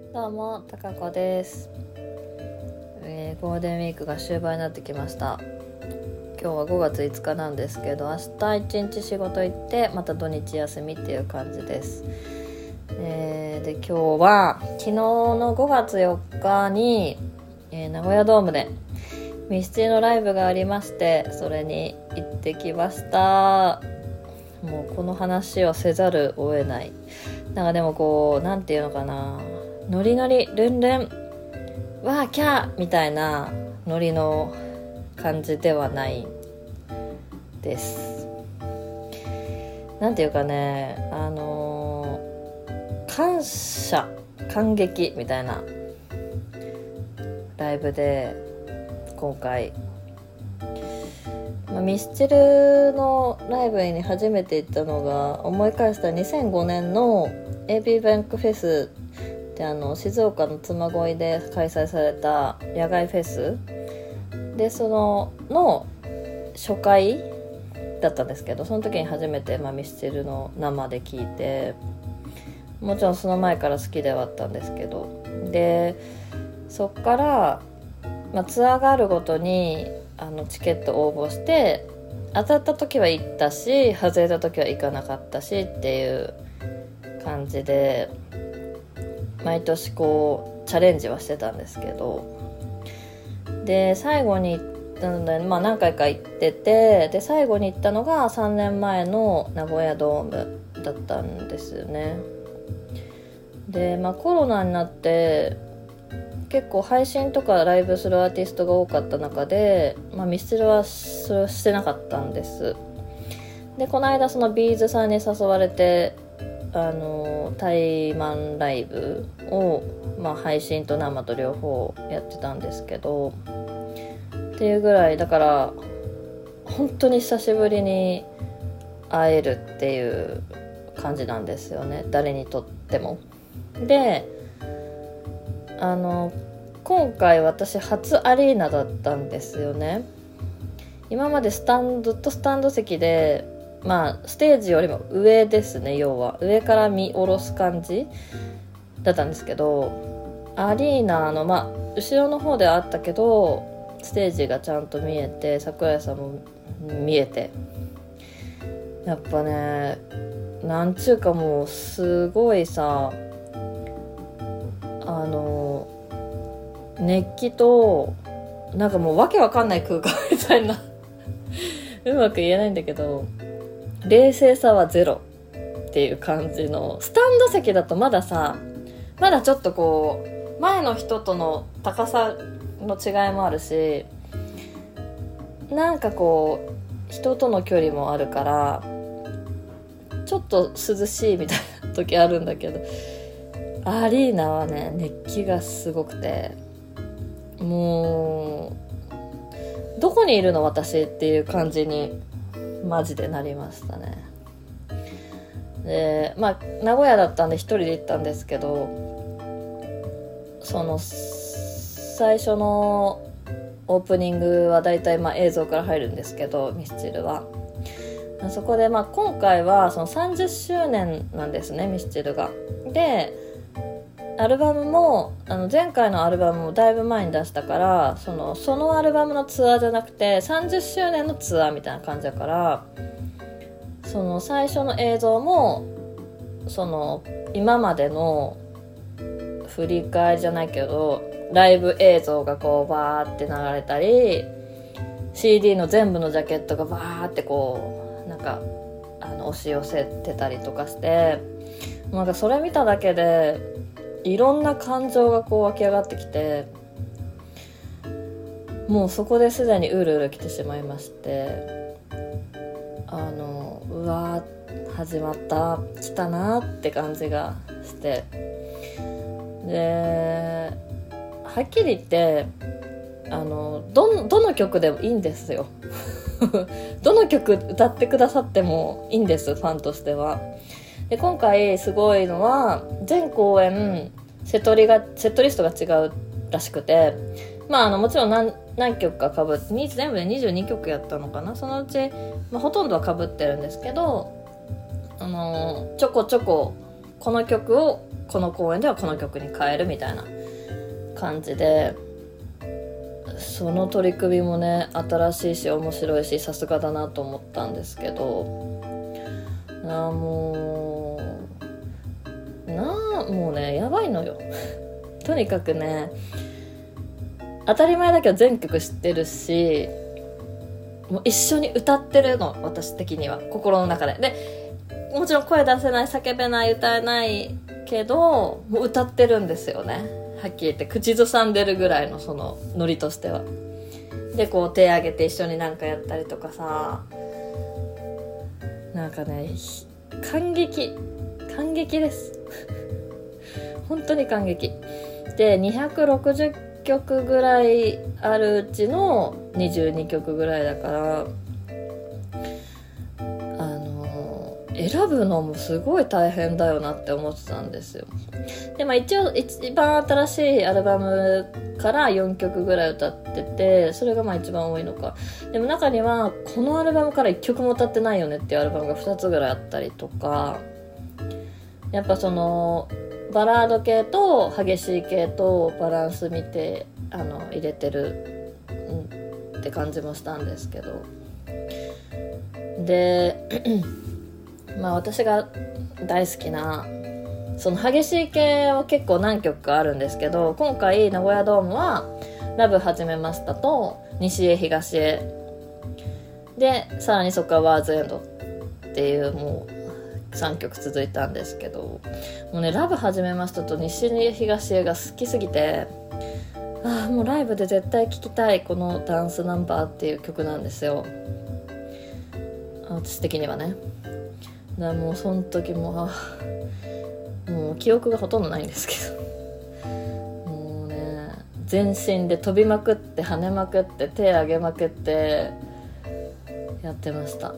どうも、たかこです。ゴールデンウィークが終盤になってきました。今日は5月5日なんですけど、明日一日仕事行ってまた土日休みっていう感じです。で今日は昨日の5月4日に、名古屋ドームでミスチルのライブがありまして、それに行ってきました。もうこの話をせざるを得ない。なんかでもこう、なんていうのかな、ノリノリルンルンわーキャーみたいなノリの感じではないです。なんていうかね、感激みたいなライブで、今回、ミスチルのライブに初めて行ったのが、思い返した2005年の AB バンクフェスで、静岡の妻恋で開催された野外フェスで、その初回だったんですけど、その時に初めて、ミスチルの生で聴いて、もちろんその前から好きではあったんですけど、でそっから、ツアーがあるごとにチケット応募して、当たった時は行ったし、外れた時は行かなかったしっていう感じで、毎年こうチャレンジはしてたんですけど、で最後に行ったので、何回か行ってて、で最後に行ったのが3年前の名古屋ドームだったんですよね。で、コロナになって結構配信とかライブするアーティストが多かった中で、ミスチルはそれをしてなかったんです。でこの間そのビーズさんに誘われて、対マンライブを、配信と生と両方やってたんですけど、っていうぐらいだから本当に久しぶりに会えるっていう感じなんですよね、誰にとっても。で今回私初アリーナだったんですよね。今までずっとスタンド席で、ステージよりも上ですね、要は上から見下ろす感じだったんですけど、アリーナの後ろの方ではあったけど、ステージがちゃんと見えて、桜井さんも見えて、やっぱね、なんちゅうかもうすごいさ、熱気となんかもうわけわかんない空間みたいなうまく言えないんだけど、冷静さはゼロっていう感じの。スタンド席だとまだちょっとこう前の人との高さの違いもあるし、なんかこう人との距離もあるからちょっと涼しいみたいな時あるんだけど、アリーナはね、熱気がすごくて、もうどこにいるの私っていう感じにマジでなりましたね。で名古屋だったんで一人で行ったんですけど、その最初のオープニングはだいたい映像から入るんですけど、ミスチルはそこで今回はその30周年なんですね、ミスチルが。でアルバムも前回のアルバムもだいぶ前に出したから、そのアルバムのツアーじゃなくて30周年のツアーみたいな感じだから、その最初の映像もその今までの振り返りじゃないけどライブ映像がこうバーって流れたり、 CD の全部のジャケットがバーってこうなんか押し寄せてたりとかして、なんかそれ見ただけでいろんな感情がこう湧き上がってきて、もうそこですでにうるうる来てしまいまして、うわー始まった、来たなって感じがして、ではっきり言ってどの曲でもいいんですよどの曲歌ってくださってもいいんです、ファンとしては。で今回すごいのは、全公演セットリストが違うらしくて、もちろん何曲か被って全部で22曲やったのかな。そのうち、ほとんどは被ってるんですけど、ちょこちょここの曲をこの公演ではこの曲に変えるみたいな感じで、その取り組みもね新しいし面白いしさすがだなと思ったんですけど、もうねやばいのよとにかくね、当たり前だけど全曲知ってるし、もう一緒に歌ってるの、私的には心の中で。でもちろん声出せない、叫べない、歌えないけどもう歌ってるんですよね。はっきり言って口ずさんでるぐらいのそのノリとしては。でこう手挙げて一緒になんかやったりとかさ、なんかね感激です本当に感激で、260曲ぐらいあるうちの22曲ぐらいだから、選ぶのもすごい大変だよなって思ってたんですよ。で一応一番新しいアルバムから4曲ぐらい歌ってて、それが一番多いのか。でも中にはこのアルバムから1曲も歌ってないよねっていうアルバムが2つぐらいあったりとか、やっぱそのバラード系と激しい系とバランス見て入れてる、って感じもしたんですけど、で私が大好きなその激しい系は結構何曲かあるんですけど、今回名古屋ドームはラブ始めましたと西へ東へで、さらにそこからワーズエンドっていうもう3曲続いたんですけど、もうねラブ始めましたと西へ東へが好きすぎて、もうライブで絶対聴きたいこのダンスナンバーっていう曲なんですよ、私的にはね。だからもうその時もう記憶がほとんどないんですけど、もうね全身で飛びまくって跳ねまくって手上げまくってやってました。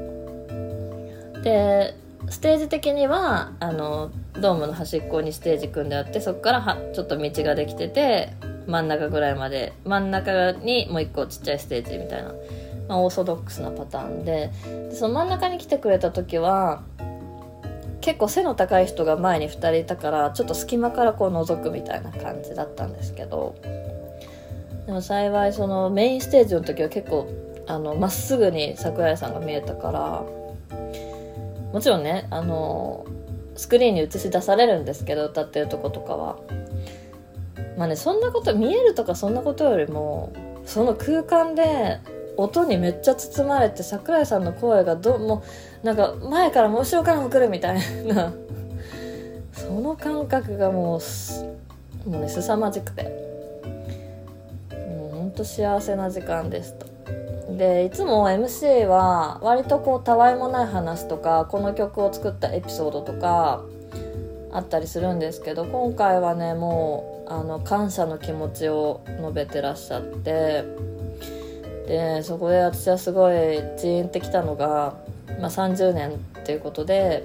でステージ的にはドームの端っこにステージ組んであって、そこからちょっと道ができてて真ん中ぐらいまで、真ん中にもう一個ちっちゃいステージみたいな、オーソドックスなパターンで、その真ん中に来てくれた時は結構背の高い人が前に2人いたから、ちょっと隙間からこう覗くみたいな感じだったんですけど、でも幸いそのメインステージの時は結構まっすぐに桜井さんが見えたから、もちろんねスクリーンに映し出されるんですけど、歌ってるとことかはそんなこと見えるとかそんなことよりも、その空間で音にめっちゃ包まれて桜井さんの声がもうなんか前からも後ろからも来るみたいなその感覚がもうね凄まじくて、もうほんと幸せな時間でした。でいつも MC は割とこうたわいもない話とかこの曲を作ったエピソードとかあったりするんですけど、今回はねもう感謝の気持ちを述べてらっしゃって、でそこで私はすごいジーンってきたのが、30年っていうことで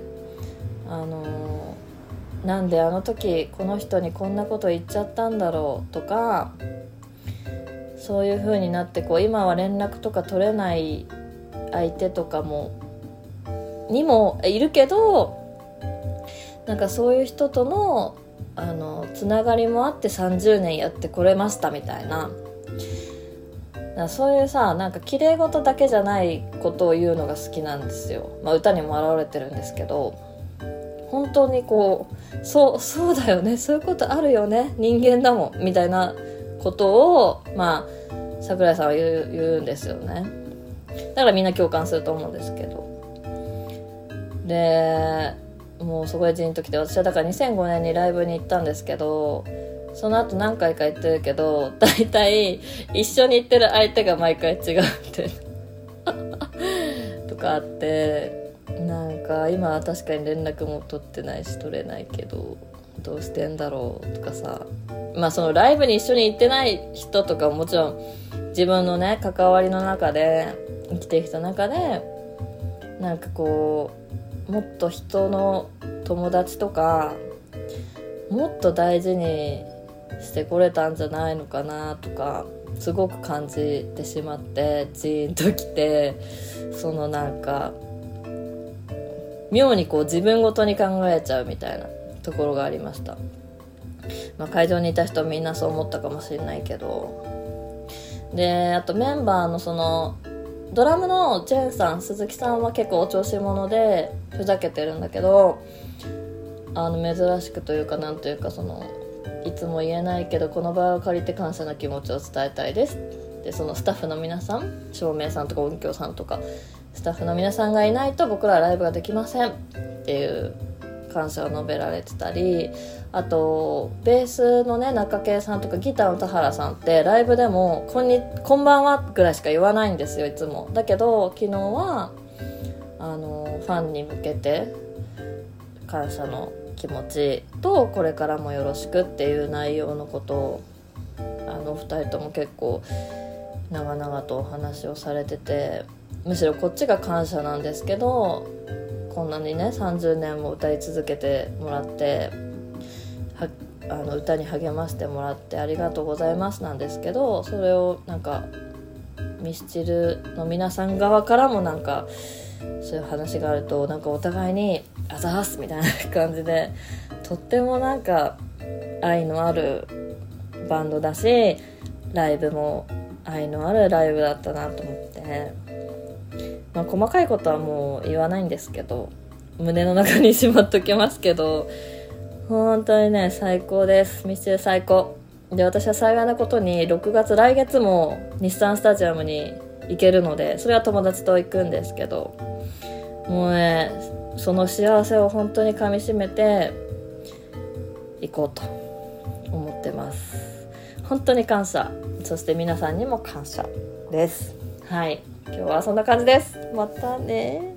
なんであの時この人にこんなこと言っちゃったんだろうとか、そういう風になって今は連絡とか取れない相手とかにもいるけど、なんかそういう人とのつながりもあって30年やってこれましたみたいな、そういうさ、なんか綺麗事だけじゃないことを言うのが好きなんですよ。歌にも表れてるんですけど、本当にそうだよね、そういうことあるよね、人間だもんみたいなことを桜井さんは言うんですよね。だからみんな共感すると思うんですけど、でもうすごいジーンときて、私はだから2005年にライブに行ったんですけど、その後何回か行ってるけど大体一緒に行ってる相手が毎回違うってとかあって、なんか今は確かに連絡も取ってないし取れないけどどうしてんだろうとかさ、そのライブに一緒に行ってない人とかももちろん自分のね関わりの中で生きてきた中で、なんかもっと人の友達とかもっと大事にしてこれたんじゃないのかなとかすごく感じてしまって、ジーンときて、そのなんか妙にこう自分ごとに考えちゃうみたいなところがありました。会場にいた人はみんなそう思ったかもしれないけど、であとメンバーのそのドラムのジェンさん、鈴木さんは結構お調子者でふざけてるんだけど、珍しくというかなんというか、そのいつも言えないけどこの場を借りて感謝の気持ちを伝えたいです。でそのスタッフの皆さん、照明さんとか音響さんとかスタッフの皆さんがいないと僕らはライブができませんっていう感謝を述べられてたり、あとベースのね中圭さんとかギターの田原さんってライブでもこんばんはぐらいしか言わないんですよ、いつも。だけど昨日はファンに向けて感謝の気持ちとこれからもよろしくっていう内容のことを2人とも結構長々とお話をされてて、むしろこっちが感謝なんですけど、こんなにね30年も歌い続けてもらって歌に励ましてもらってありがとうございますなんですけど、それをなんかミスチルの皆さん側からもなんかそういう話があると、なんかお互いにあざーすみたいな感じで、とってもなんか愛のあるバンドだし、ライブも愛のあるライブだったなと思って、細かいことはもう言わないんですけど、胸の中にしまっときますけど、本当にね最高です。ミスチル最高で、私は幸いなことに来月も日産スタジアムに行けるので、それは友達と行くんですけど、もうねその幸せを本当にかみしめて行こうと思ってます。本当に感謝、そして皆さんにも感謝です。はい、今日はそんな感じです。またね。